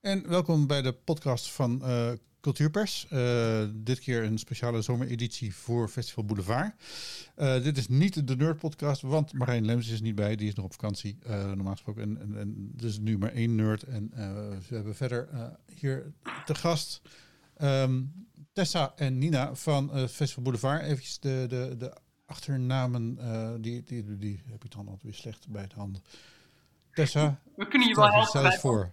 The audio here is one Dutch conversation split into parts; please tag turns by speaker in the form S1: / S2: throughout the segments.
S1: En welkom bij de podcast van Cultuurpers. Dit keer een speciale zomereditie voor Festival Boulevard. Dit is niet de Nerd podcast, want Marijn Lems is niet bij. Die is nog op vakantie, normaal gesproken. En dus nu maar één nerd. En we hebben verder hier te gast Tessa en Nina van Festival Boulevard. Even de achternamen, die heb ik dan altijd weer slecht bij de hand. Tessa,
S2: we kunnen je wel helpen.
S1: Stel eens voor.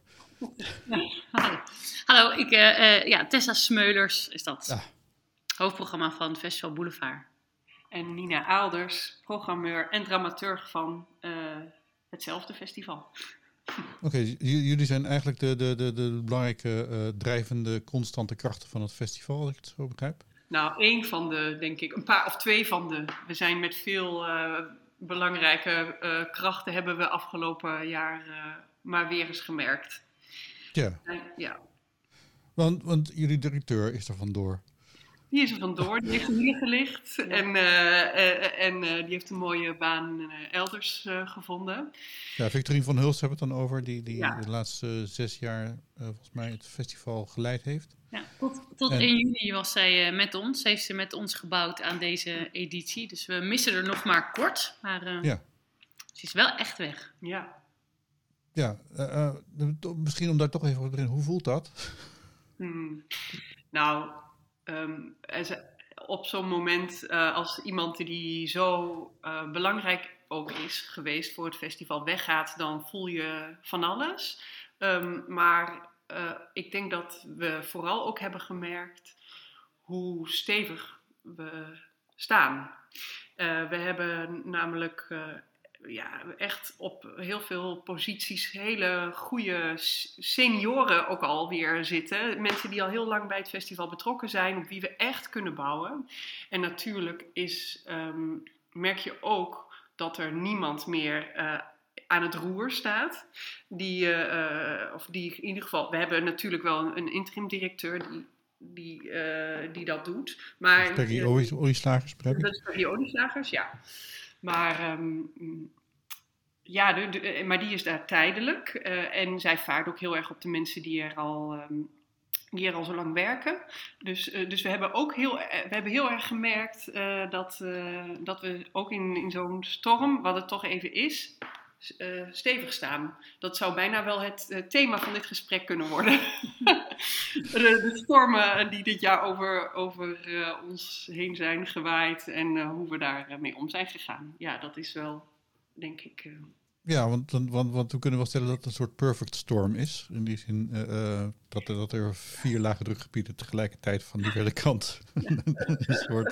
S2: Hallo, Tessa Smeulers is dat. Ja. Hoofdprogramma van Festival Boulevard.
S3: En Nina Aalders, programmeur en dramaturg van hetzelfde festival.
S1: Oké, jullie zijn eigenlijk de belangrijke drijvende constante krachten van het festival, als ik het zo begrijp.
S3: Nou, één van de, denk ik, een paar of twee van de. We zijn met veel belangrijke krachten hebben we afgelopen jaar maar weer eens gemerkt.
S1: Ja.
S3: Ja.
S1: Want jullie directeur is er vandoor.
S3: Die is er vandoor, die heeft een hielen gelicht en die heeft een mooie baan elders gevonden.
S1: Ja, Victorine van Hulst hebben we het dan over, die de laatste 6 jaar volgens mij het festival geleid heeft.
S2: Ja, tot 1 juni was zij met ons, heeft ze met ons gebouwd aan deze editie. Dus we missen er nog maar kort, maar ze is wel echt weg.
S1: Ja, misschien om daar toch even op te beginnen, hoe voelt dat?
S3: Nou, op zo'n moment als iemand die zo belangrijk ook is geweest voor het festival weggaat, dan voel je van alles. Maar ik denk dat we vooral ook hebben gemerkt hoe stevig we staan. We hebben namelijk echt op heel veel posities hele goede senioren ook alweer zitten. Mensen die al heel lang bij het festival betrokken zijn, op wie we echt kunnen bouwen. En natuurlijk merk je ook dat er niemand meer aan het roer staat. Die in ieder geval, we hebben natuurlijk wel een interim directeur die dat doet. Maar
S1: Peggy Olieslagers,
S3: dat is Peggy Olieslagers, ja. Maar maar die is daar tijdelijk. En zij vaart ook heel erg op de mensen die er al zo lang werken. Dus we hebben ook heel erg gemerkt dat we ook in zo'n storm, wat het toch even is, stevig staan. Dat zou bijna wel het thema van dit gesprek kunnen worden. de stormen die dit jaar over ons heen zijn gewaaid en hoe we daar mee om zijn gegaan. Ja, dat is wel, denk ik.
S1: Ja, want we kunnen wel stellen dat het een soort perfect storm is. In die zin dat er 4 lage drukgebieden tegelijkertijd van die hele kant een soort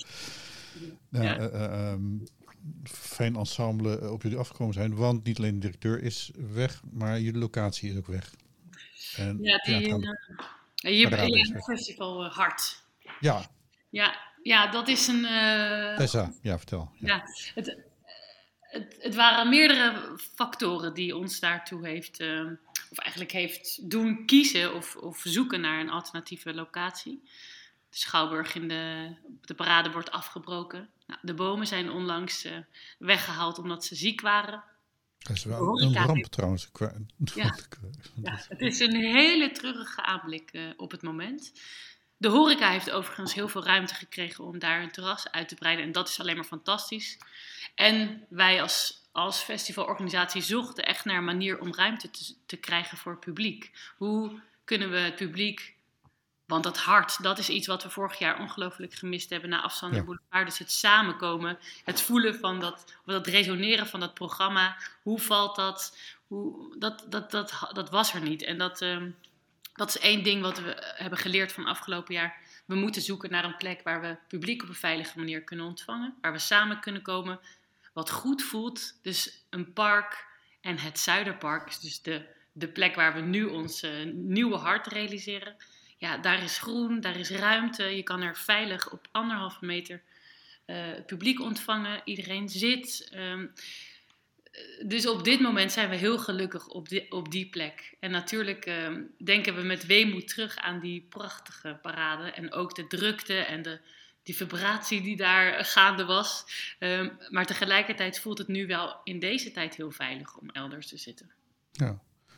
S1: fijn ensemble op jullie afgekomen zijn. Want niet alleen de directeur is weg, maar jullie locatie is ook weg. En,
S2: hier bij het festival Hart.
S1: Ja.
S2: Ja, dat is een...
S1: Tessa, vertel.
S2: Ja, het waren meerdere factoren die ons daartoe heeft doen kiezen of zoeken naar een alternatieve locatie. De Schouwburg op de parade wordt afgebroken. Nou, de bomen zijn onlangs weggehaald omdat ze ziek waren.
S1: Dat is wel een ramp trouwens.
S2: Het is een hele treurige aanblik op het moment. De horeca heeft overigens heel veel ruimte gekregen om daar een terras uit te breiden. En dat is alleen maar fantastisch. En wij als festivalorganisatie zochten echt naar een manier om ruimte te krijgen voor het publiek. Hoe kunnen we het publiek... Want dat hart, dat is iets wat we vorig jaar ongelooflijk gemist hebben na Afzonderlijk Boulevard. Dus het samenkomen, het voelen van dat resoneren van dat programma. Hoe valt dat? Dat was er niet. En dat is 1 ding wat we hebben geleerd van afgelopen jaar. We moeten zoeken naar een plek waar we publiek op een veilige manier kunnen ontvangen. Waar we samen kunnen komen. Wat goed voelt. Dus een park en het Zuiderpark. Dus de plek waar we nu ons nieuwe hart realiseren. Ja, daar is groen, daar is ruimte. Je kan er veilig op 1,5 meter het publiek ontvangen. Iedereen zit. Dus op dit moment zijn we heel gelukkig op die plek. En natuurlijk denken we met weemoed terug aan die prachtige parade. En ook de drukte en die vibratie die daar gaande was. Maar tegelijkertijd voelt het nu wel in deze tijd heel veilig om elders te zitten.
S1: Ja.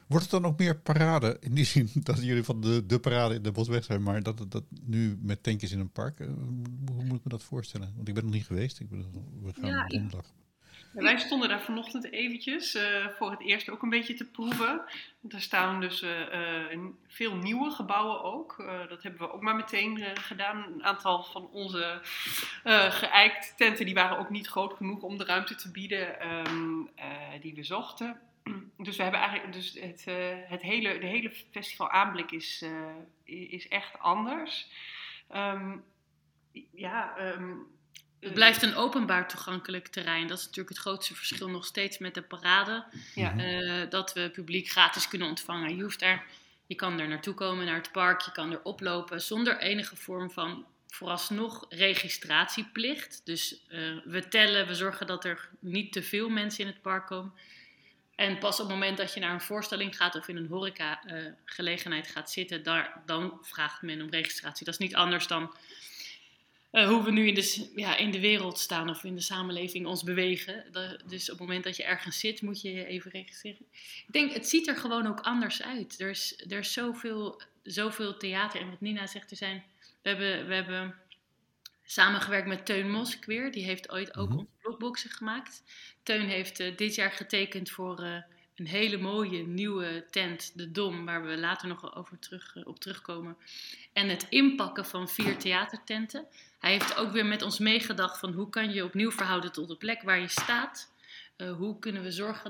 S1: Wordt het dan ook meer parade? In die zin dat jullie van de parade in de Bosweg zijn, maar dat nu met tentjes in een park. Hoe moet ik me dat voorstellen? Want ik ben nog niet geweest. We gaan donderdag.
S3: Wij stonden daar vanochtend eventjes voor het eerst ook een beetje te proeven. Er staan dus veel nieuwe gebouwen ook. Dat hebben we ook maar meteen gedaan. Een aantal van onze geëikte tenten die waren ook niet groot genoeg om de ruimte te bieden die we zochten. Dus we hebben eigenlijk de hele festival aanblik is echt anders.
S2: Het blijft een openbaar toegankelijk terrein. Dat is natuurlijk het grootste verschil nog steeds met de parade. Ja. Dat we publiek gratis kunnen ontvangen. Je kan er naartoe komen, naar het park. Je kan er oplopen zonder enige vorm van vooralsnog registratieplicht. Dus we zorgen dat er niet te veel mensen in het park komen. En pas op het moment dat je naar een voorstelling gaat of in een horeca-gelegenheid gaat zitten, dan vraagt men om registratie. Dat is niet anders dan hoe we nu in de wereld staan of in de samenleving ons bewegen. Dus op het moment dat je ergens zit, moet je je even registreren. Ik denk, het ziet er gewoon ook anders uit. Er is zoveel theater. En wat Nina zegt, we hebben samengewerkt met Teun Moskweer. Die heeft ooit ook onze blogboxen gemaakt. Teun heeft dit jaar getekend voor een hele mooie nieuwe tent, de Dom, waar we later nog op terugkomen. En het inpakken van 4 theatertenten. Hij heeft ook weer met ons meegedacht van hoe kan je opnieuw verhouden tot de plek waar je staat. Hoe kunnen we zorgen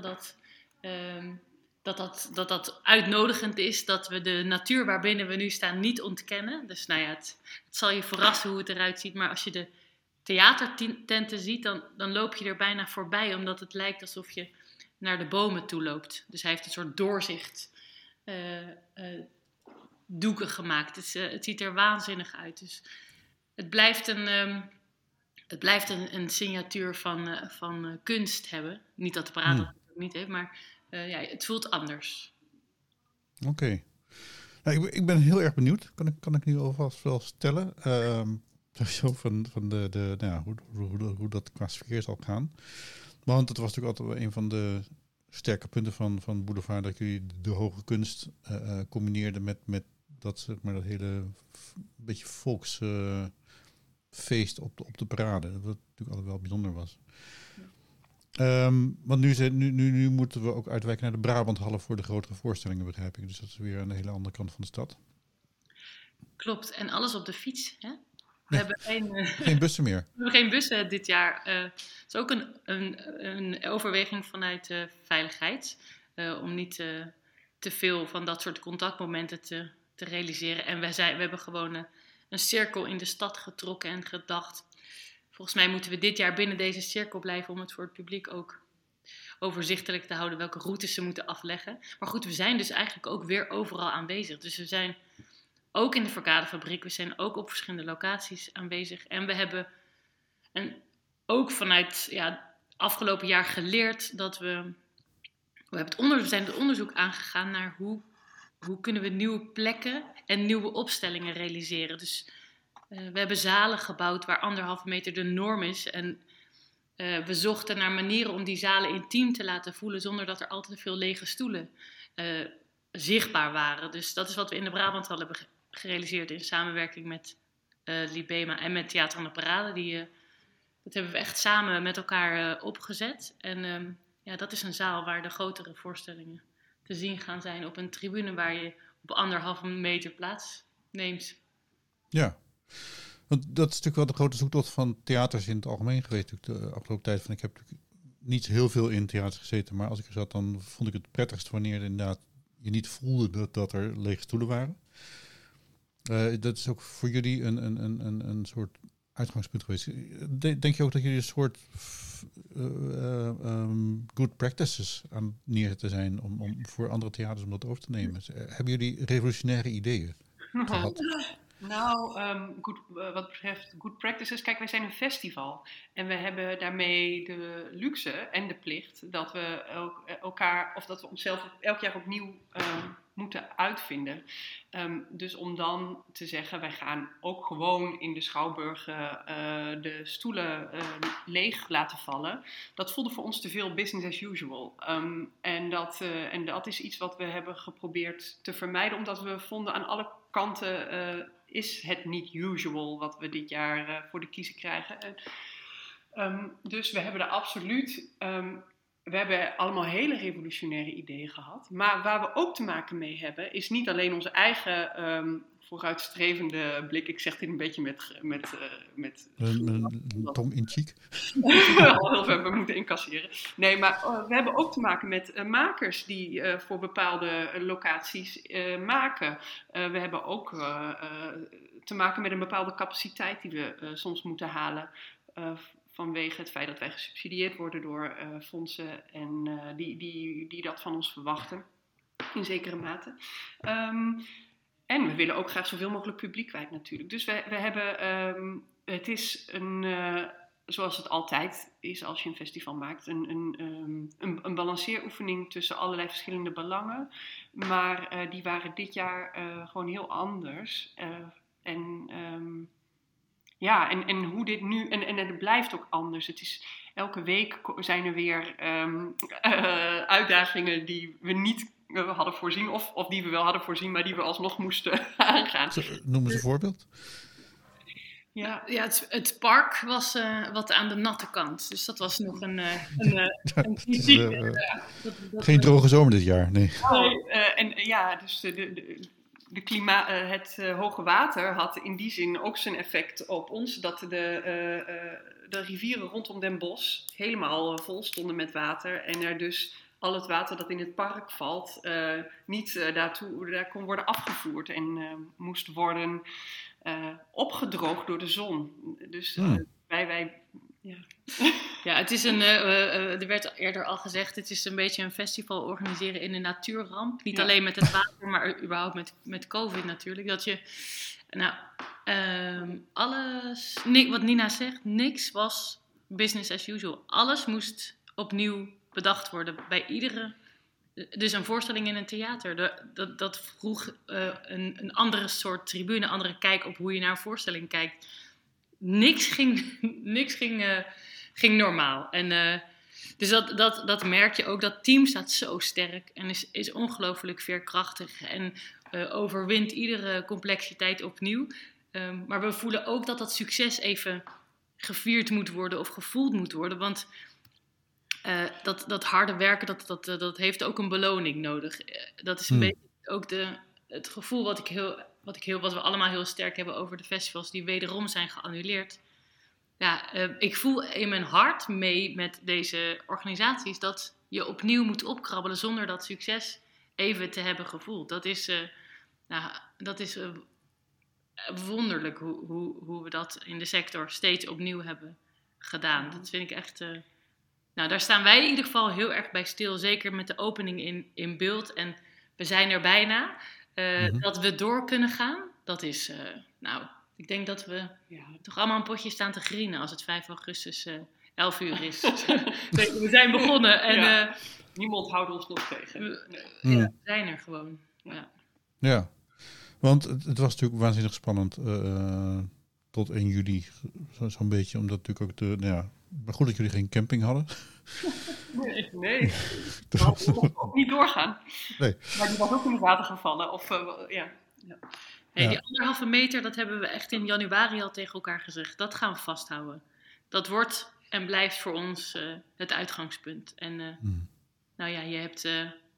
S2: dat uitnodigend is, dat we de natuur waarbinnen we nu staan niet ontkennen. Dus het zal je verrassen hoe het eruit ziet, maar als je de theatertenten ziet, dan loop je er bijna voorbij, omdat het lijkt alsof je naar de bomen toe loopt. Dus hij heeft een soort doorzicht doeken gemaakt. Het ziet er waanzinnig uit. Dus het blijft een signatuur van kunst hebben. Niet dat de parade dat niet heeft, maar het voelt anders.
S1: Oké. Nou, ik ben heel erg benieuwd. Kan ik nu alvast wel stellen. Sowieso van hoe dat qua sfeer zal gaan. Want het was natuurlijk altijd een van de sterke punten van Boulevard, dat jullie de hoge kunst combineerden met dat, zeg maar, dat hele beetje volksfeest op de parade. Wat natuurlijk altijd wel bijzonder was. Want nu moeten we ook uitwijken naar de Brabanthallen voor de grotere voorstellingen, begrijp ik. Dus dat is weer aan de hele andere kant van de stad.
S2: Klopt, en alles op de fiets, hè? We hebben
S1: geen bussen meer.
S2: We hebben geen bussen dit jaar. Het is ook een overweging vanuit veiligheid. Om niet te veel van dat soort contactmomenten te realiseren. En we hebben gewoon een cirkel in de stad getrokken en gedacht, volgens mij moeten we dit jaar binnen deze cirkel blijven om het voor het publiek ook overzichtelijk te houden welke routes ze moeten afleggen. Maar goed, we zijn dus eigenlijk ook weer overal aanwezig. Dus we zijn ook in de Verkadefabriek, we zijn ook op verschillende locaties aanwezig. En we hebben ook vanuit afgelopen jaar geleerd dat we zijn het onderzoek aangegaan naar hoe kunnen we nieuwe plekken en nieuwe opstellingen realiseren. Dus we hebben zalen gebouwd waar 1,5 meter de norm is. En we zochten naar manieren om die zalen intiem te laten voelen zonder dat er al te veel lege stoelen zichtbaar waren. Dus dat is wat we in de Brabanthal hebben gerealiseerd in samenwerking met Libema en met Theater aan de Parade. Dat hebben we echt samen met elkaar opgezet. En dat is een zaal waar de grotere voorstellingen te zien gaan zijn op een tribune waar je op 1,5 meter plaats neemt.
S1: Ja, want dat is natuurlijk wel de grote zoektocht van theaters in het algemeen geweest de afgelopen tijd. Ik heb natuurlijk niet heel veel in theater gezeten, maar als ik er zat, dan vond ik het prettigst wanneer inderdaad je niet voelde dat er lege stoelen waren. Dat is ook voor jullie een soort uitgangspunt geweest. Denk je ook dat jullie een soort good practices aan neer zijn om voor andere theaters om dat over te nemen? Hebben jullie revolutionaire ideeën gehad?
S3: Nou, wat betreft good practices, kijk, wij zijn een festival. En we hebben daarmee de luxe en de plicht dat we onszelf elk jaar opnieuw moeten uitvinden. Dus om dan te zeggen, wij gaan ook gewoon in de schouwburgen de stoelen leeg laten vallen. Dat voelde voor ons te veel business as usual. En dat is iets wat we hebben geprobeerd te vermijden, omdat we vonden aan alle kanten is het niet usual wat we dit jaar voor de kiezer krijgen. Dus we hebben er absoluut... we hebben allemaal hele revolutionaire ideeën gehad. Maar waar we ook te maken mee hebben, is niet alleen onze eigen vooruitstrevende blik. Ik zeg dit een beetje met
S1: tong in cheek.
S3: We moeten incasseren. Nee, maar we hebben ook te maken met makers die voor bepaalde locaties maken. We hebben ook te maken met een bepaalde capaciteit die we soms moeten halen. Vanwege het feit dat wij gesubsidieerd worden door fondsen en die dat van ons verwachten, in zekere mate. En we willen ook graag zoveel mogelijk publiek kwijt natuurlijk. Dus we hebben, het is zoals het altijd is als je een festival maakt, een balanceeroefening tussen allerlei verschillende belangen. Maar die waren dit jaar gewoon heel anders. En hoe dit nu... En het blijft ook anders. Het is, elke week zijn er weer uitdagingen die we niet hadden voorzien. Of die we wel hadden voorzien, maar die we alsnog moesten aangaan.
S1: Noem eens een voorbeeld.
S2: Ja, het park was wat aan de natte kant. Dus dat was nog een
S1: geen droge zomer dit jaar, nee.
S3: Dus het hoge water had in die zin ook zijn effect op ons. Dat de rivieren rondom Den Bosch helemaal vol stonden met water. En er dus al het water dat in het park valt niet daar kon worden afgevoerd. En moest worden opgedroogd door de zon. Dus wij
S2: Ja, het is er werd eerder al gezegd, het is een beetje een festival organiseren in een natuurramp. Niet alleen met het water, maar überhaupt met COVID natuurlijk. Dat je, alles, wat Nina zegt, niks was business as usual. Alles moest opnieuw bedacht worden bij iedere... Dus een voorstelling in een theater, dat vroeg een andere soort tribune, een andere kijk op hoe je naar een voorstelling kijkt. Niks ging normaal. En, dus dat merk je ook. Dat team staat zo sterk en is ongelooflijk veerkrachtig. En overwint iedere complexiteit opnieuw. Maar we voelen ook dat succes even gevierd moet worden of gevoeld moet worden. Want dat harde werken, dat heeft ook een beloning nodig. Dat is een beetje ook het gevoel wat we allemaal heel sterk hebben over de festivals die wederom zijn geannuleerd. Ja, ik voel in mijn hart mee met deze organisaties dat je opnieuw moet opkrabbelen zonder dat succes even te hebben gevoeld. Dat is wonderlijk hoe we dat in de sector steeds opnieuw hebben gedaan. Dat vind ik echt... daar staan wij in ieder geval heel erg bij stil. Zeker met de opening in beeld. En we zijn er bijna. Dat we door kunnen gaan, dat is... ik denk dat we toch allemaal een potje staan te grienen als het 5 augustus 11 uur is. We zijn begonnen. En,
S3: niemand houdt ons nog tegen.
S2: We zijn er gewoon.
S1: Ja, want het was natuurlijk waanzinnig spannend tot 1 juli. Zo'n beetje, omdat natuurlijk ook maar goed dat jullie geen camping hadden.
S3: Nee. We hadden ook niet doorgaan.
S1: Nee.
S3: Maar die was ook in het water gevallen.
S2: Nee, die 1,5 meter, dat hebben we echt in januari al tegen elkaar gezegd. Dat gaan we vasthouden. Dat wordt en blijft voor ons het uitgangspunt. En je hebt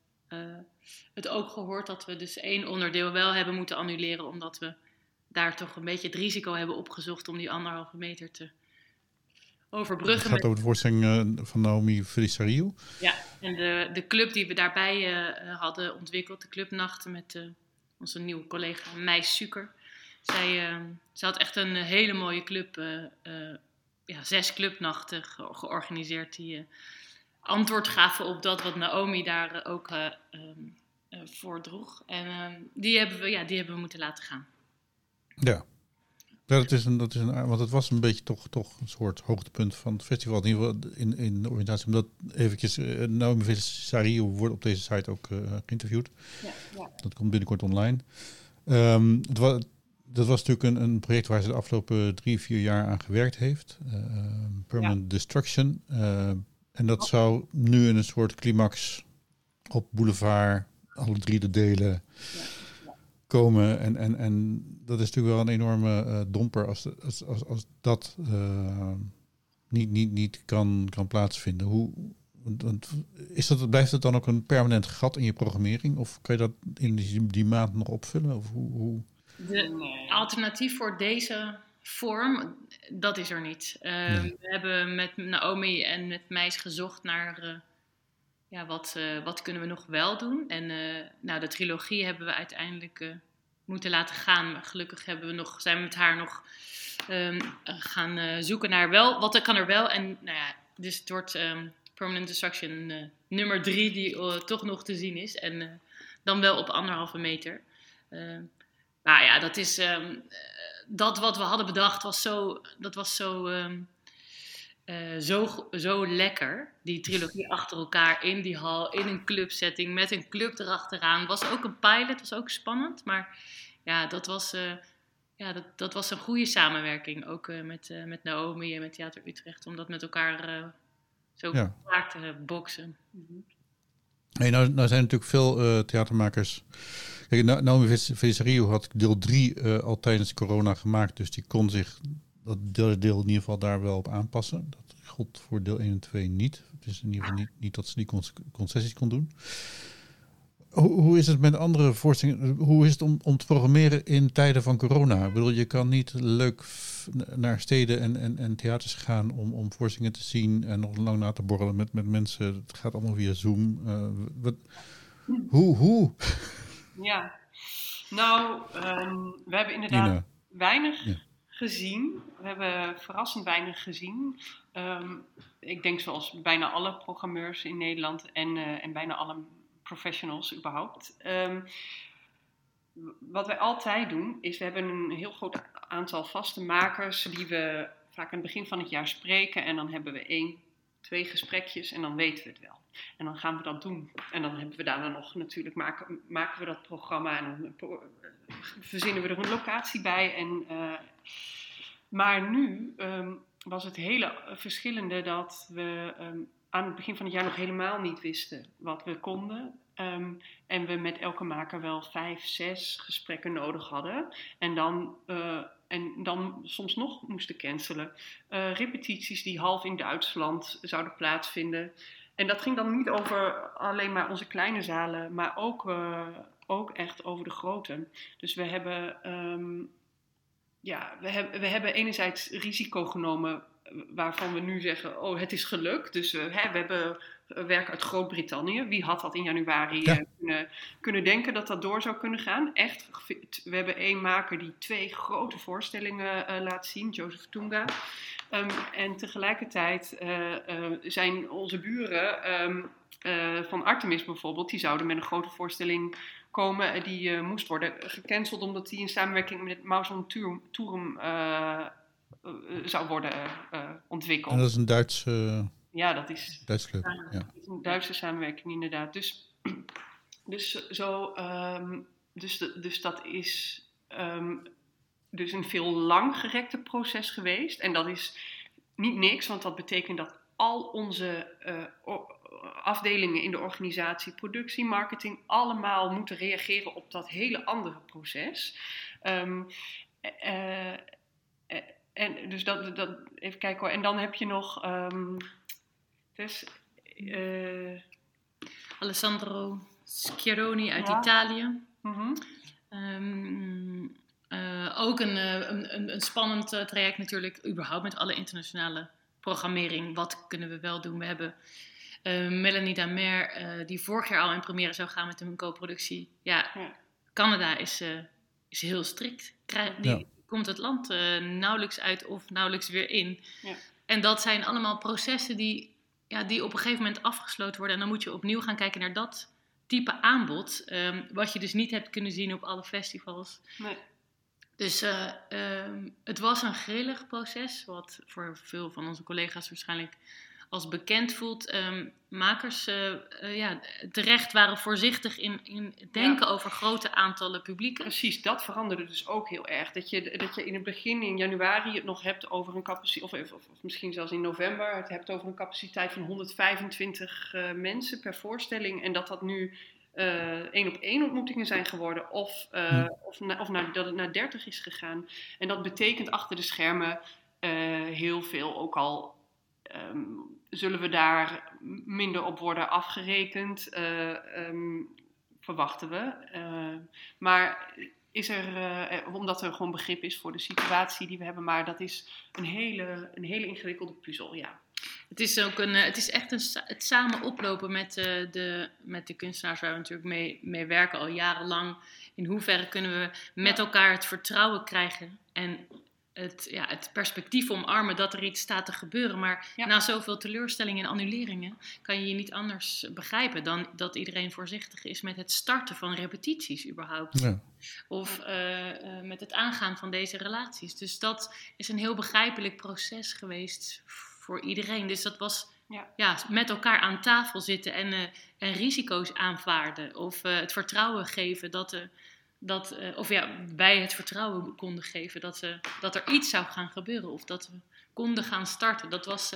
S2: het ook gehoord dat we dus 1 onderdeel wel hebben moeten annuleren. Omdat we daar toch een beetje het risico hebben opgezocht om die 1,5 meter te overbruggen.
S1: Het gaat over de voorstelling van Naomi Frisariou.
S2: Ja, en de club die we daarbij hadden ontwikkeld, de clubnachten met onze nieuwe collega Meis Suker. Ze had echt een hele mooie club, 6 clubnachten georganiseerd die antwoord gaven op dat wat Naomi daar ook voordroeg. En die hebben we moeten laten gaan.
S1: Ja. Ja, want het was een beetje toch een soort hoogtepunt van het festival. In ieder geval in de organisatie. Omdat eventjes, Naomi Vesario wordt op deze site ook geïnterviewd.
S3: Ja.
S1: Dat komt binnenkort online. Dat was natuurlijk een project waar ze de afgelopen 3-4 jaar aan gewerkt heeft. Permanent Destruction. En dat zou nu in een soort climax op Boulevard, alle 3 de delen komen. En dat is natuurlijk wel een enorme domper als dat niet kan plaatsvinden. Blijft het dan ook een permanent gat in je programmering? Of kan je dat in die maand nog opvullen? Of hoe?
S2: De alternatief voor deze vorm, dat is er niet. We hebben met Naomi en met Meis gezocht naar wat kunnen we nog wel doen. En de trilogie hebben we uiteindelijk moeten laten gaan. Gelukkig zijn we met haar nog gaan zoeken naar wat kan er wel. En dus het wordt Permanent Destruction nummer 3 die toch nog te zien is. En dan wel op 1,5 meter. Dat is dat wat we hadden bedacht was zo lekker. Die trilogie achter elkaar in die hal, in een clubsetting, met een club erachteraan. Was ook een pilot, was ook spannend. Maar dat was een goede samenwerking. Ook met Naomi en met Theater Utrecht. Om dat met elkaar zo klaar te boksen. Mm-hmm.
S1: Hey, nou zijn natuurlijk veel theatermakers. Kijk, Naomi Vesario had deel 3 al tijdens corona gemaakt. Dus die kon zich dat deel in ieder geval daar wel op aanpassen. Dat gold voor deel 1 en 2 niet. Dus in ieder geval niet dat ze die concessies kon doen. Hoe is het met andere voorstellingen? Hoe is het om te programmeren in tijden van corona? Ik bedoel, je kan niet leuk naar steden en theaters gaan om voorstellingen te zien en nog lang na te borrelen met mensen. Het gaat allemaal via Zoom. Hoe?
S3: Ja, nou, we hebben inderdaad weinig gezien. We hebben verrassend weinig gezien. Ik denk zoals bijna alle programmeurs in Nederland en bijna alle professionals überhaupt. Wat wij altijd doen, is we hebben een heel groot aantal vaste makers die we vaak aan het begin van het jaar spreken. En dan hebben we 1-2 gesprekjes en dan weten we het wel. En dan gaan we dat doen. En dan hebben we daarna nog natuurlijk, maken we dat programma en dan verzinnen we er een locatie bij. Maar nu was het hele verschillende dat we aan het begin van het jaar nog helemaal niet wisten wat we konden. En we met elke maker wel 5-6 gesprekken nodig hadden. En dan soms nog moesten cancelen. Repetities die half in Duitsland zouden plaatsvinden. En dat ging dan niet over alleen maar onze kleine zalen, maar ook echt over de grote. Dus we hebben enerzijds risico genomen waarvan we nu zeggen, het is gelukt. Dus we hebben werk uit Groot-Brittannië. Wie had dat in januari kunnen denken dat dat door zou kunnen gaan? Echt, we hebben 1 maker die 2 grote voorstellingen laat zien, Joseph Tunga. En tegelijkertijd zijn onze buren van Artemis bijvoorbeeld, die zouden met een grote voorstelling komen. Die moest worden gecanceld omdat die in samenwerking met Mausolum Tourum zou worden ontwikkeld.
S1: En dat is een Duitse...
S3: Ja, dat is
S1: Duitse club.
S3: Dat is een Duitse samenwerking inderdaad. Dus dat is dus een veel langgerekte proces geweest. En dat is niet niks, want dat betekent dat al onze afdelingen in de organisatie, productie, marketing, allemaal moeten reageren op dat hele andere proces. En dus dat even kijken hoor. En dan heb je nog
S2: Alessandro Schieroni uit Italië.
S3: Mm-hmm.
S2: Ook een spannend traject natuurlijk, überhaupt met alle internationale programmering. Wat kunnen we wel doen? We hebben Melanie Damer, die vorig jaar al in première zou gaan met een co-productie. Canada is heel strikt. Die komt het land nauwelijks uit of nauwelijks weer in. Ja. En dat zijn allemaal processen die op een gegeven moment afgesloten worden. En dan moet je opnieuw gaan kijken naar dat type aanbod. Wat je dus niet hebt kunnen zien op alle festivals.
S3: Nee.
S2: Dus het was een grillig proces, wat voor veel van onze collega's waarschijnlijk als bekend voelt. Makers terecht waren voorzichtig in denken over grote aantallen publieken.
S3: Precies, dat veranderde dus ook heel erg. Dat je in het begin, in januari, het nog hebt over een capaciteit, of misschien zelfs in november, het hebt over een capaciteit van 125 mensen per voorstelling. En dat nu 1-op-1 ontmoetingen zijn geworden, of dat het naar 30 is gegaan. En dat betekent achter de schermen heel veel, ook al zullen we daar minder op worden afgerekend, verwachten we. Maar is er, omdat er gewoon begrip is voor de situatie die we hebben, maar dat is een hele ingewikkelde puzzel, ja.
S2: Het is ook het is echt het samen oplopen met de kunstenaars waar we natuurlijk mee werken al jarenlang. In hoeverre kunnen we met elkaar het vertrouwen krijgen en het perspectief omarmen dat er iets staat te gebeuren. Maar na zoveel teleurstellingen en annuleringen kan je niet anders begrijpen dan dat iedereen voorzichtig is met het starten van repetities überhaupt. Ja. Of met het aangaan van deze relaties. Dus dat is een heel begrijpelijk proces geweest voor iedereen. Dus dat was met elkaar aan tafel zitten en risico's aanvaarden. Of het vertrouwen geven wij het vertrouwen konden geven dat er iets zou gaan gebeuren. Of dat we konden gaan starten. Dat was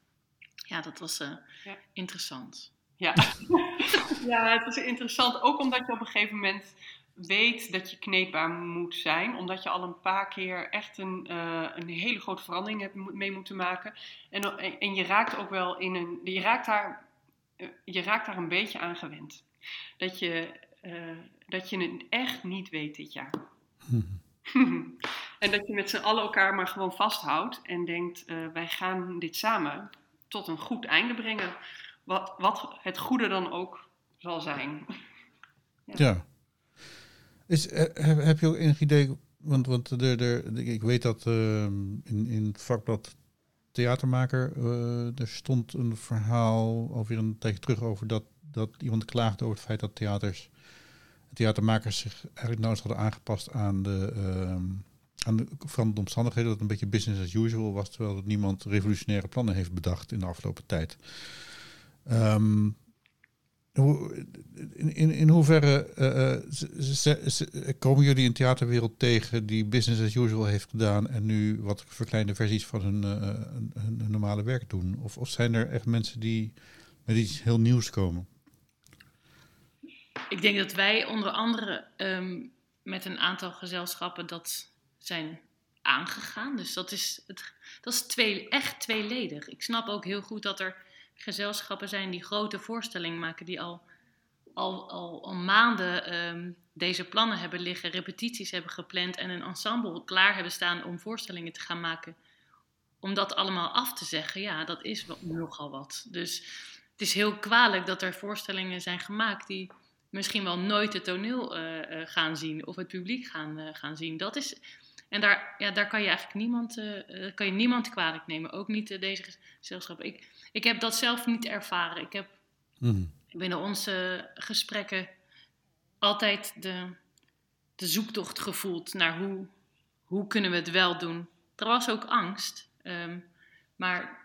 S2: interessant.
S3: Ja. Ja, het was interessant. Ook omdat je op een gegeven moment weet dat je kneedbaar moet zijn. Omdat je al een paar keer echt een hele grote verandering hebt mee moeten maken. En je raakt ook wel je raakt daar een beetje aan gewend. Dat je het echt niet weet dit jaar. En dat je met z'n allen elkaar maar gewoon vasthoudt en denkt, wij gaan dit samen tot een goed einde brengen. Wat het goede dan ook zal zijn.
S1: Ja. Heb je ook enig idee, want ik weet dat in het vakblad Theatermaker, er stond een verhaal alweer een tijdje terug over dat iemand klaagde over het feit dat theatermakers zich eigenlijk nauwelijks hadden aangepast aan de veranderde omstandigheden, dat het een beetje business as usual was, terwijl dat niemand revolutionaire plannen heeft bedacht in de afgelopen tijd. In hoeverre komen jullie een theaterwereld tegen die business as usual heeft gedaan en nu wat verkleinde versies van hun normale werk doen? Of zijn er echt mensen die met iets heel nieuws komen?
S2: Ik denk dat wij onder andere met een aantal gezelschappen dat zijn aangegaan. Dus dat is echt tweeledig. Ik snap ook heel goed dat er gezelschappen zijn die grote voorstellingen maken, die al maanden deze plannen hebben liggen, repetities hebben gepland en een ensemble klaar hebben staan om voorstellingen te gaan maken. Om dat allemaal af te zeggen, dat is nogal wat. Dus het is heel kwalijk dat er voorstellingen zijn gemaakt die misschien wel nooit het toneel gaan zien of het publiek gaan zien. Dat is, en daar kan je eigenlijk niemand kwalijk nemen. Ook niet deze gezelschappen. Ik heb dat zelf niet ervaren. Ik heb binnen onze gesprekken altijd de zoektocht gevoeld naar hoe kunnen we het wel doen. Er was ook angst, maar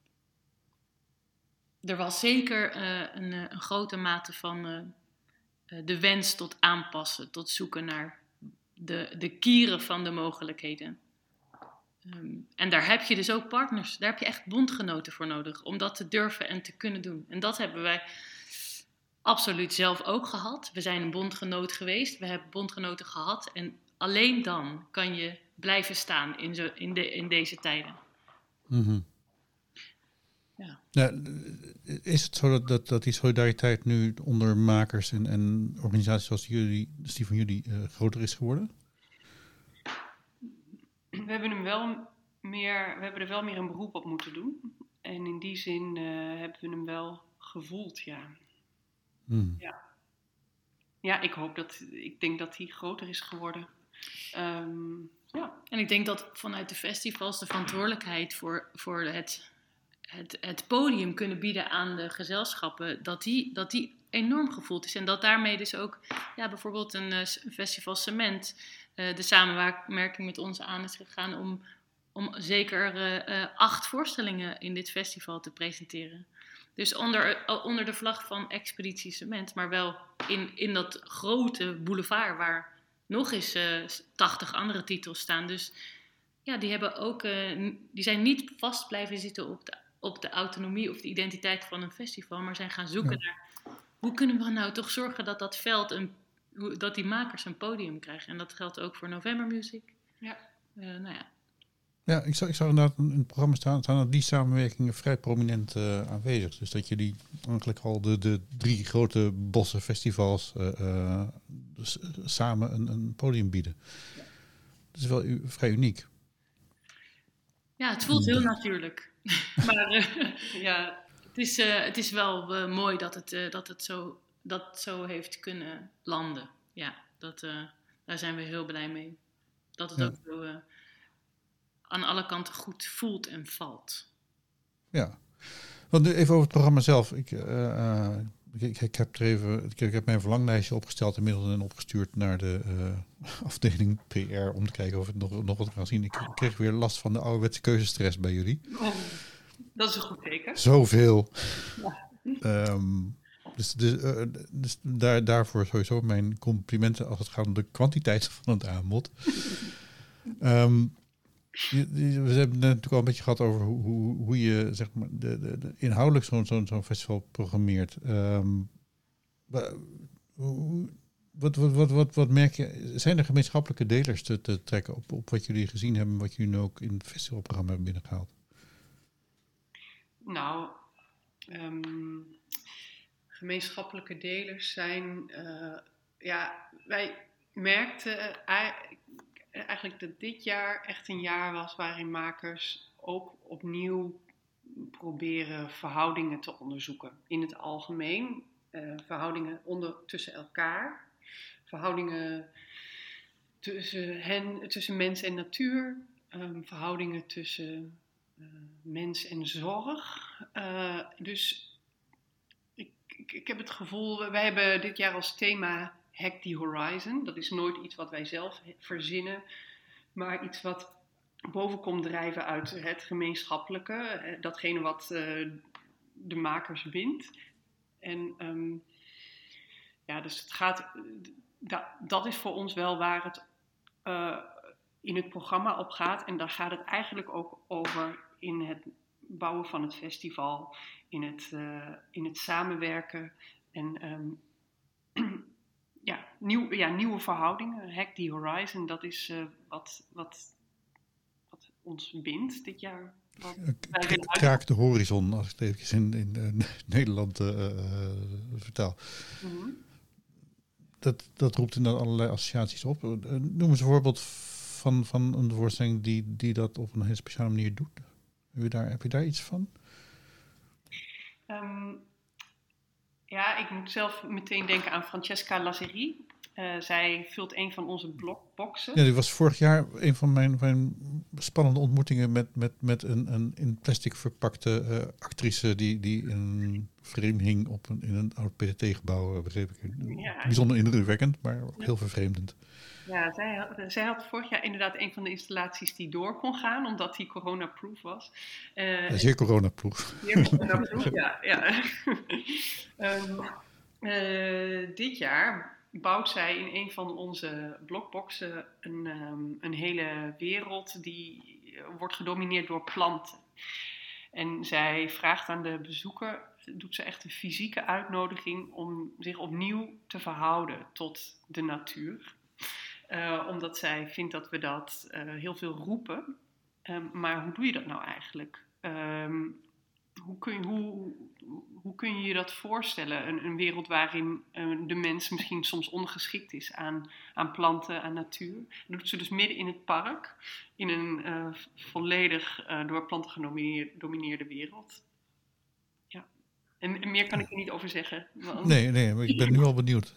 S2: er was zeker een grote mate van de wens tot aanpassen, tot zoeken naar de kieren van de mogelijkheden. En daar heb je dus ook partners, daar heb je echt bondgenoten voor nodig om dat te durven en te kunnen doen. En dat hebben wij absoluut zelf ook gehad. We zijn een bondgenoot geweest, we hebben bondgenoten gehad en alleen dan kan je blijven staan in deze tijden.
S1: Mm-hmm. Ja, is het zo dat die solidariteit nu onder makers en organisaties zoals die van jullie groter is geworden?
S3: We hebben er wel meer een beroep op moeten doen. En in die zin hebben we hem wel gevoeld, ja. Ja, ik denk dat hij groter is geworden.
S2: En ik denk dat vanuit de festivals de verantwoordelijkheid voor het podium kunnen bieden aan de gezelschappen, dat die enorm gevoeld is. En dat daarmee dus ook bijvoorbeeld een festival Cement de samenwerking met ons aan is gegaan om zeker 8 voorstellingen in dit festival te presenteren. Dus onder de vlag van Expeditie Cement, maar wel in dat grote boulevard waar nog eens 80 andere titels staan. Dus ja, die hebben ook, die zijn niet vast blijven zitten op de autonomie of de identiteit van een festival, maar zijn gaan zoeken naar hoe kunnen we nou toch zorgen dat dat veld dat die makers een podium krijgen. En dat geldt ook voor November Music.
S3: Ja.
S2: Nou ja.
S1: Ja, ik zag inderdaad in het programma staan die samenwerkingen vrij prominent aanwezig. Dus dat je eigenlijk al de 3 grote bossen festivals samen een podium bieden. Ja. Dat is wel vrij uniek.
S2: Ja, het voelt heel natuurlijk. Maar ja, het is wel mooi dat het zo heeft kunnen landen. Ja, daar zijn we heel blij mee. Dat het ook zo aan alle kanten goed voelt en valt.
S1: Ja, want nu even over het programma zelf. Ik heb mijn verlanglijstje opgesteld inmiddels en opgestuurd naar de afdeling PR om te kijken of het nog wat kan zien. Ik kreeg weer last van de ouderwetse keuzestress bij jullie.
S3: Oh, dat is een goed teken.
S1: Zoveel. Ja. Dus daarvoor sowieso mijn complimenten als het gaat om de kwantiteit van het aanbod. We hebben het natuurlijk al een beetje gehad over hoe je zeg maar de inhoudelijk zo'n festival programmeert. Wat merk je? Zijn er gemeenschappelijke delers te trekken op wat jullie gezien hebben, wat jullie nu ook in het festivalprogramma hebben binnengehaald?
S3: Nou, gemeenschappelijke delers zijn, wij merkten eigenlijk dat dit jaar echt een jaar was waarin makers ook opnieuw proberen verhoudingen te onderzoeken. In het algemeen, verhoudingen tussen elkaar, verhoudingen tussen mens en natuur, verhoudingen tussen mens en zorg. Dus ik heb het gevoel, wij hebben dit jaar als thema Hack the Horizon. Dat is nooit iets wat wij zelf verzinnen, maar iets wat boven komt drijven uit het gemeenschappelijke, datgene wat de makers bindt. En dus het gaat, dat is voor ons wel waar het in het programma op gaat. En daar gaat het eigenlijk ook over in het bouwen van het festival, in het samenwerken en nieuwe verhoudingen. Hack the Horizon, dat is wat ons bindt dit jaar.
S1: Kraak de horizon, als ik het even in Nederland vertaal. Mm-hmm. Dat roept inderdaad allerlei associaties op. Noem eens een voorbeeld van een voorstelling die dat op een hele speciale manier doet. Heb je daar iets van?
S3: Ik moet zelf meteen denken aan Francesca Lazeri. Zij vult een van onze blogboxen.
S1: Ja, die was vorig jaar een van mijn spannende ontmoetingen met een in plastic verpakte actrice die in een frame hing in een oud PTT-gebouw, begreep ik. Ja. Bijzonder indrukwekkend, maar ook heel vervreemdend.
S3: Ja, zij had vorig jaar inderdaad een van de installaties die door kon gaan, omdat die corona-proof was.
S1: Zeer corona-proof.
S3: Zeer corona-proof, ja. Dit jaar bouwt zij in een van onze blogboxen een hele wereld die wordt gedomineerd door planten. En zij vraagt aan de bezoeker, doet ze echt een fysieke uitnodiging om zich opnieuw te verhouden tot de natuur. Omdat zij vindt dat we dat heel veel roepen. Maar hoe doe je dat nou eigenlijk? Hoe kun je je dat voorstellen? Een wereld waarin de mens misschien soms ongeschikt is aan planten, aan natuur. Dat doet ze dus midden in het park, in een volledig door planten gedomineerde wereld. Ja. En meer kan ik er niet over zeggen.
S1: Nee, maar ik ben nu al benieuwd.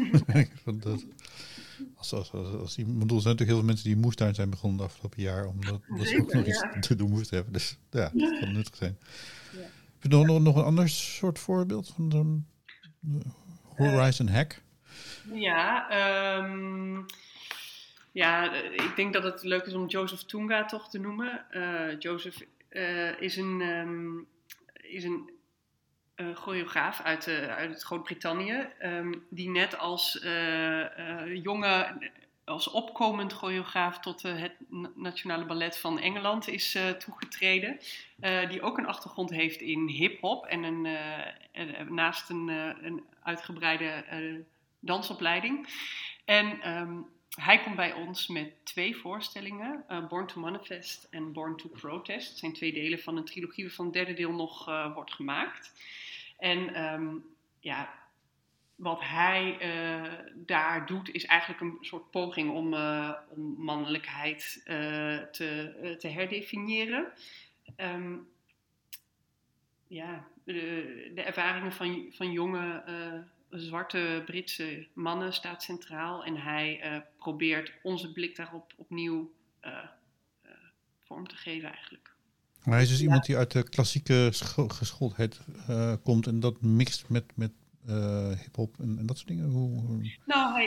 S1: Als iemand, er zijn natuurlijk heel veel mensen die in moestuin zijn begonnen het afgelopen jaar, omdat ze ook nog iets te doen moesten hebben. Dus ja, dat kan nuttig zijn. Ja. Heb je nog een ander soort voorbeeld van zo'n Horizon Hack?
S3: Ja, ik denk dat het leuk is om Joseph Toonga toch te noemen. Joseph is een choreograaf uit Groot-Brittannië, die net als opkomend choreograaf tot het Nationale Ballet van Engeland is toegetreden. Die ook een achtergrond heeft in hip-hop en naast een uitgebreide dansopleiding. En hij komt bij ons met 2 voorstellingen, Born to Manifest en Born to Protest. Het zijn 2 delen van een trilogie waarvan het 3e deel nog wordt gemaakt. En wat hij daar doet is eigenlijk een soort poging om mannelijkheid te herdefiniëren. De ervaringen van jonge zwarte Britse mannen staat centraal. En hij probeert onze blik daarop opnieuw vorm te geven eigenlijk.
S1: Maar hij is dus iemand die uit de klassieke geschooldheid komt en dat mixt met hip-hop en dat soort dingen?
S3: Nou,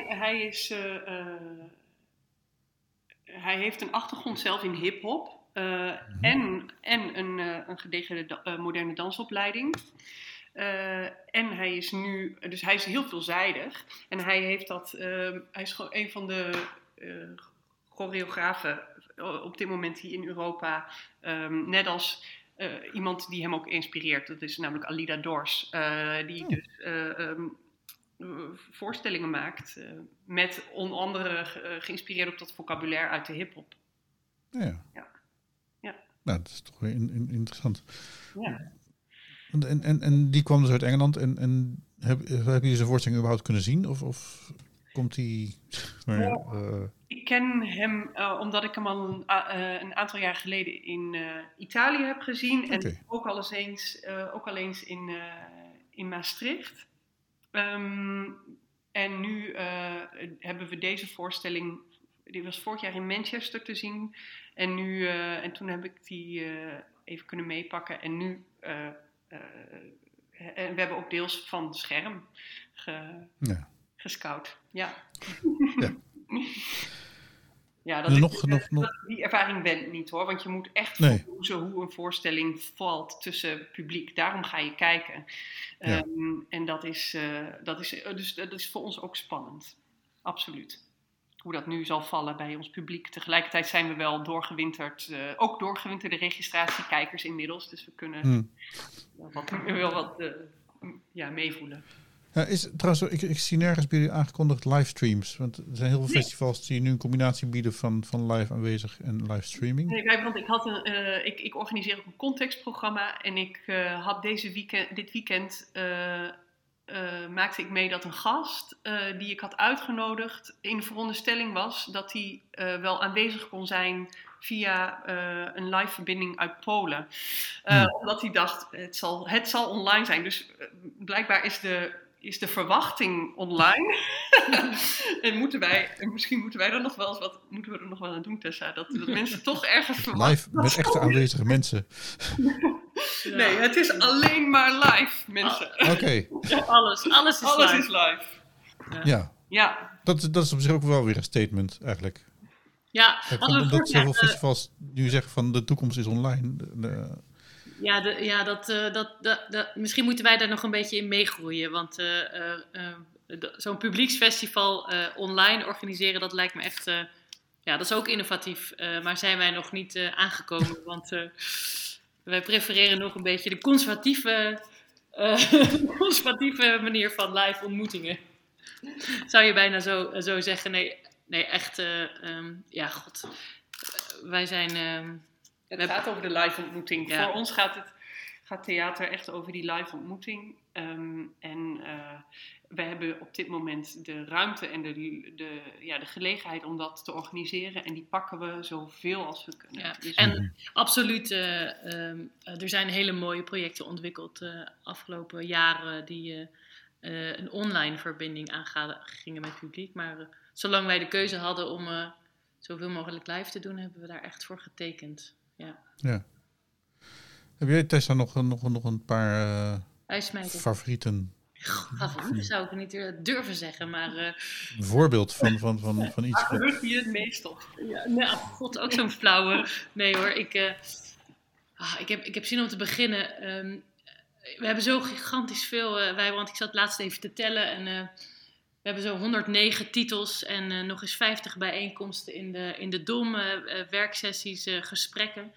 S3: hij heeft een achtergrond zelf in hip-hop en een gedegen moderne dansopleiding. En hij is nu, dus hij is heel veelzijdig. En hij heeft hij is gewoon een van de choreografen op dit moment hier in Europa, net als iemand die hem ook inspireert. Dat is namelijk Alida Dors, die dus voorstellingen maakt met onder andere geïnspireerd op dat vocabulaire uit de hip-hop.
S1: Ja. Nou, dat is toch weer interessant.
S3: Ja.
S1: En die kwam dus uit Engeland en heb je zijn voorstelling überhaupt kunnen zien? Of komt hij...
S3: Ik ken hem omdat ik hem al een aantal jaar geleden in Italië heb gezien. Okay. En ook al eens in Maastricht. En nu hebben we deze voorstelling... Die was vorig jaar in Manchester te zien. En toen heb ik die even kunnen meepakken. En nu... en we hebben ook deels van het scherm gescout. Ja. Ja, die ervaring went niet hoor. Want je moet echt voelen hoe een voorstelling valt tussen publiek. Daarom ga je kijken. En dat is voor ons ook spannend. Absoluut. Hoe dat nu zal vallen bij ons publiek. Tegelijkertijd zijn we wel ook doorgewinterde registratiekijkers inmiddels. Dus we kunnen wel wat meevoelen.
S1: Ja, trouwens, ik zie nergens bij jullie aangekondigd livestreams. Want er zijn heel veel festivals die nu een combinatie bieden van live aanwezig en livestreaming.
S3: Nee, want ik organiseer ook een contextprogramma. En ik had dit weekend... maakte ik mee dat een gast die ik had uitgenodigd in de veronderstelling was dat hij wel aanwezig kon zijn via een live verbinding uit Polen. Omdat hij dacht, het zal online zijn. Dus blijkbaar is de verwachting online. En misschien moeten wij er nog wel eens moeten we er nog wel aan doen, Tessa. Dat mensen toch ergens verwachten.
S1: Live met echte aanwezige mensen.
S3: Ja. Nee, het is alleen maar live, mensen.
S1: Oké.
S2: Ja, alles is live.
S3: Ja.
S1: Dat is op zich ook wel weer een statement, eigenlijk.
S2: Ja.
S1: Dat zoveel festivals nu zeggen van de toekomst is online.
S2: Misschien moeten wij daar nog een beetje in meegroeien. Want zo'n publieksfestival online organiseren, dat lijkt me echt... dat is ook innovatief. Maar zijn wij nog niet aangekomen. Want wij prefereren nog een beetje de conservatieve manier van live ontmoetingen. Zou je bijna zo zeggen. Nee, echt... god. Wij zijn...
S3: Het gaat over de live ontmoeting. Ja. Voor ons gaat theater echt over die live ontmoeting. We hebben op dit moment de ruimte en de gelegenheid om dat te organiseren. En die pakken we zoveel als we kunnen.
S2: Ja. Dus en absoluut, er zijn hele mooie projecten ontwikkeld de afgelopen jaren die een online verbinding aangingen met het publiek. Maar zolang wij de keuze hadden om zoveel mogelijk live te doen, hebben we daar echt voor getekend. Ja.
S1: Heb jij, Tessa, nog een paar favorieten?
S2: Dat zou ik niet durven zeggen, maar...
S1: Een voorbeeld van iets...
S3: Waar gebeurt hier het meest op?
S2: Ja, nou, god, ook zo'n flauwe... Nee hoor, ik heb zin om te beginnen. We hebben zo gigantisch veel... want ik zat laatst even te tellen en... we hebben zo 109 titels en nog eens 50 bijeenkomsten in de DOM, werksessies, gesprekken.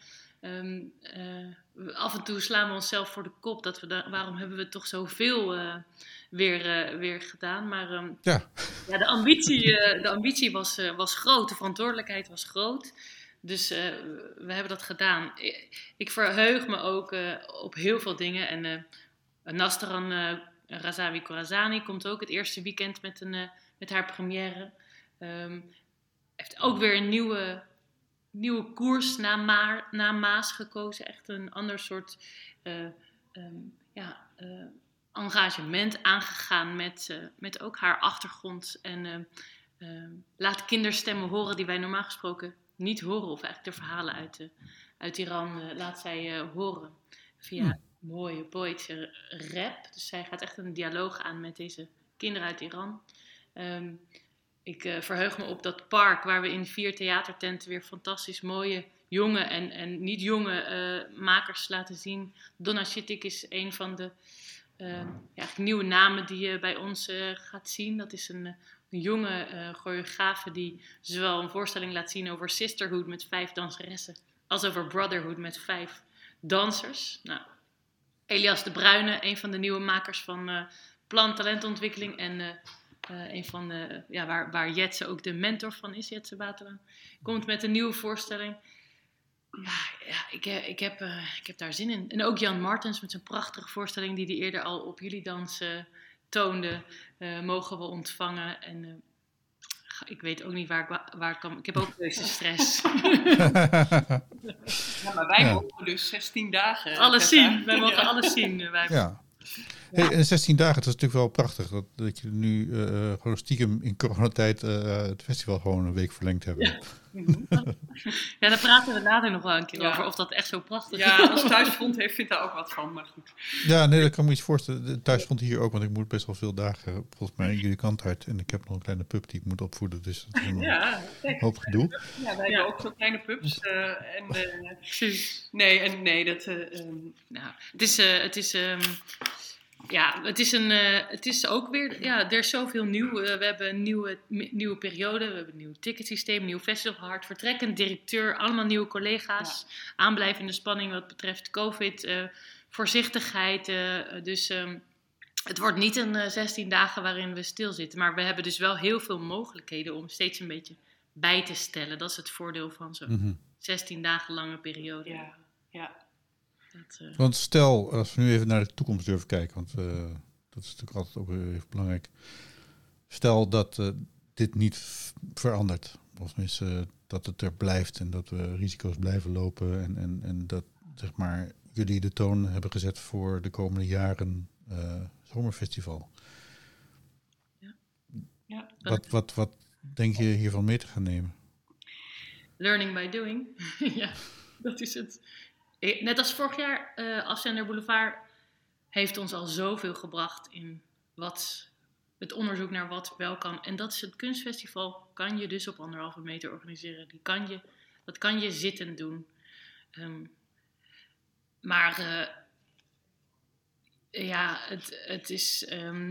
S2: Af en toe slaan we onszelf voor de kop dat waarom hebben we toch zoveel weer gedaan. Maar de ambitie was groot, de verantwoordelijkheid was groot. Dus we hebben dat gedaan. Ik verheug me ook op heel veel dingen. En Nastaran Razavi Corazani komt ook het eerste weekend met haar première. Heeft ook weer een nieuwe koers na Maas gekozen. Echt een ander soort engagement aangegaan met ook haar achtergrond. En laat kinderstemmen horen die wij normaal gesproken niet horen. Of eigenlijk de verhalen uit Iran laat zij horen via mooie poëtische rap. Dus zij gaat echt een dialoog aan met deze kinderen uit Iran. Ik verheug me op dat park waar we in 4 theatertenten weer fantastisch mooie jonge en niet jonge makers laten zien. Donna Chittik is een van de nieuwe namen die je bij ons gaat zien. Dat is een jonge choreografe die zowel een voorstelling laat zien over sisterhood met 5 danseressen als over brotherhood met 5 dansers. Nou, Elias de Bruyne, een van de nieuwe makers van Plan Talentontwikkeling en een van waar Jetse ook de mentor van is, Jetse Waterlaan, komt met een nieuwe voorstelling. Ik heb daar zin in. En ook Jan Martens met zijn prachtige voorstelling die hij eerder al op jullie dansen toonde, mogen we ontvangen. En ik weet ook niet waar ik kan. Ik heb ook keuzestress.
S3: Ja, maar wij mogen dus 16 dagen.
S2: Alles zien. Wij mogen alles zien.
S1: Hey, en 16 dagen, dat is natuurlijk wel prachtig. Dat je nu gewoon stiekem in coronatijd het festival gewoon een week verlengd hebben.
S2: Ja, daar praten we later nog wel een keer over. Of dat echt zo prachtig is.
S3: Ja, als thuisfront heeft, vindt daar ook wat van, maar goed.
S1: Ja, nee, dat kan me iets voorstellen. De thuisfront hier ook, want ik moet best wel veel dagen volgens mij jullie kant uit. En ik heb nog een kleine pup die ik moet opvoeden. Dus dat is een hoop gedoe.
S3: Ja, wij hebben ook zo kleine pups.
S2: Het is ook weer, er is zoveel nieuw. We hebben een nieuwe periode, we hebben een nieuw ticketsysteem, een nieuw festival gehad, vertrekkend directeur, allemaal nieuwe collega's, aanblijvende spanning wat betreft COVID, voorzichtigheid. Het wordt niet een 16 dagen waarin we stilzitten, maar we hebben dus wel heel veel mogelijkheden om steeds een beetje bij te stellen. Dat is het voordeel van zo'n 16 dagen lange periode.
S3: Ja.
S1: Want stel, als we nu even naar de toekomst durven kijken, want dat is natuurlijk altijd ook even belangrijk. Stel dat dit niet verandert, of tenminste dat het er blijft en dat we risico's blijven lopen en dat zeg maar jullie de toon hebben gezet voor de komende jaren zomerfestival.
S2: Ja.
S1: Wat denk je hiervan mee te gaan nemen?
S2: Learning by doing. Ja, dat is het. Net als vorig jaar, Afzender Boulevard heeft ons al zoveel gebracht in het onderzoek naar wat wel kan. En dat is het kunstfestival, kan je dus op 1,5 meter organiseren. Dat kan je zittend doen. Het is...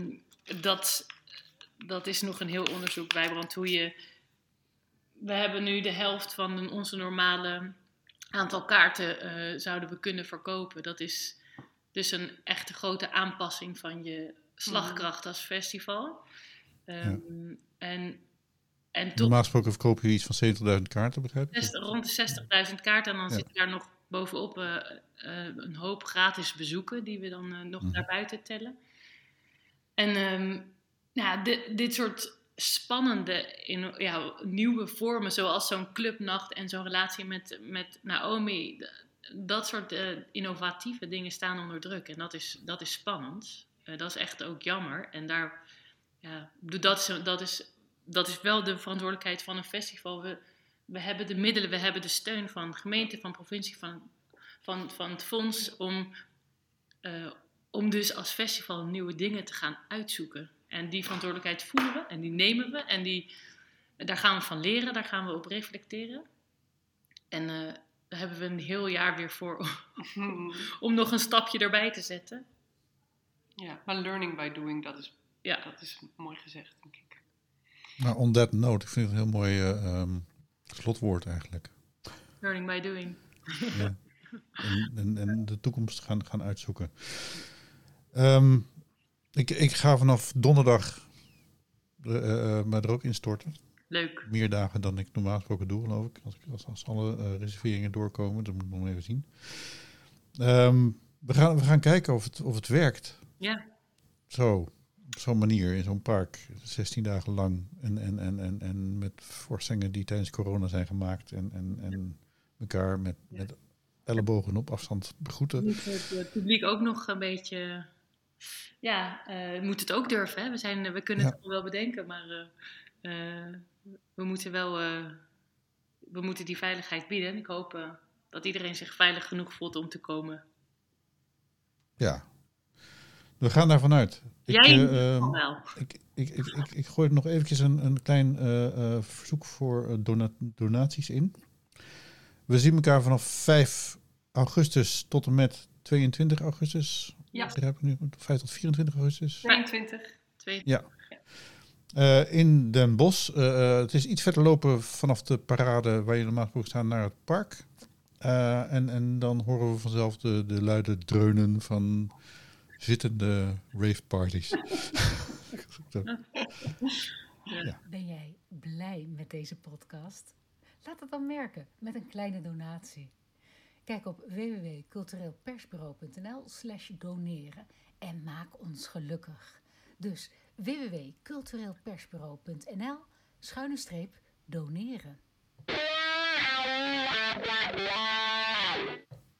S2: dat is nog een heel onderzoek, Wijbrand, we hebben nu de helft van onze normale aantal kaarten zouden we kunnen verkopen. Dat is dus een echte grote aanpassing van je slagkracht als festival.
S1: Normaal gesproken verkopen jullie iets van 70.000 kaarten, begrijp ik?
S2: Rond de 60.000 kaarten en dan zitten daar nog bovenop een hoop gratis bezoeken die we dan nog daarbuiten tellen. En dit soort spannende nieuwe vormen, zoals zo'n clubnacht en zo'n relatie met Naomi, dat soort innovatieve dingen staan onder druk. En dat is spannend. Dat is echt ook jammer. En dat is wel de verantwoordelijkheid van een festival. We hebben de middelen, we hebben de steun van gemeente, van provincie, van het fonds om dus als festival nieuwe dingen te gaan uitzoeken. En die verantwoordelijkheid voelen we en die nemen we. En daar gaan we van leren, daar gaan we op reflecteren. En daar hebben we een heel jaar weer voor om nog een stapje erbij te zetten.
S3: Ja, maar learning by doing, dat is mooi gezegd, denk ik.
S1: Nou, on that note, ik vind het een heel mooi slotwoord eigenlijk.
S2: Learning by doing.
S1: Ja. En de toekomst gaan uitzoeken. Ik ga vanaf donderdag me er ook instorten.
S2: Leuk.
S1: Meer dagen dan ik normaal gesproken doe, geloof ik. Als alle reserveringen doorkomen, dat moet ik nog even zien. We gaan kijken of het werkt.
S2: Ja.
S1: Op zo'n manier, in zo'n park, 16 dagen lang. En met voorstellingen die tijdens corona zijn gemaakt. En elkaar met ellebogen op afstand begroeten.
S2: Moet het publiek ook nog een beetje... moet het ook durven. Hè? We kunnen het wel bedenken, maar we moeten die veiligheid bieden. En ik hoop dat iedereen zich veilig genoeg voelt om te komen.
S1: Ja, we gaan daarvan uit.
S2: Jij wel.
S1: Ik gooi er nog eventjes een klein verzoek voor donaties in. We zien elkaar vanaf 5 augustus tot en met 22 augustus.
S3: Ja.
S1: Begrijp ik nu? 5 tot 24 augustus.
S3: 22.
S1: Ja. In Den Bosch. Het is iets verder lopen vanaf de parade waar je normaal gesproken staat naar het park. En dan horen we vanzelf de luide dreunen van zittende raveparties.
S2: Ja.
S4: Ben jij blij met deze podcast? Laat het dan merken met een kleine donatie. Kijk op www.cultureelpersbureau.nl/doneren en maak ons gelukkig. Dus www.cultureelpersbureau.nl/doneren.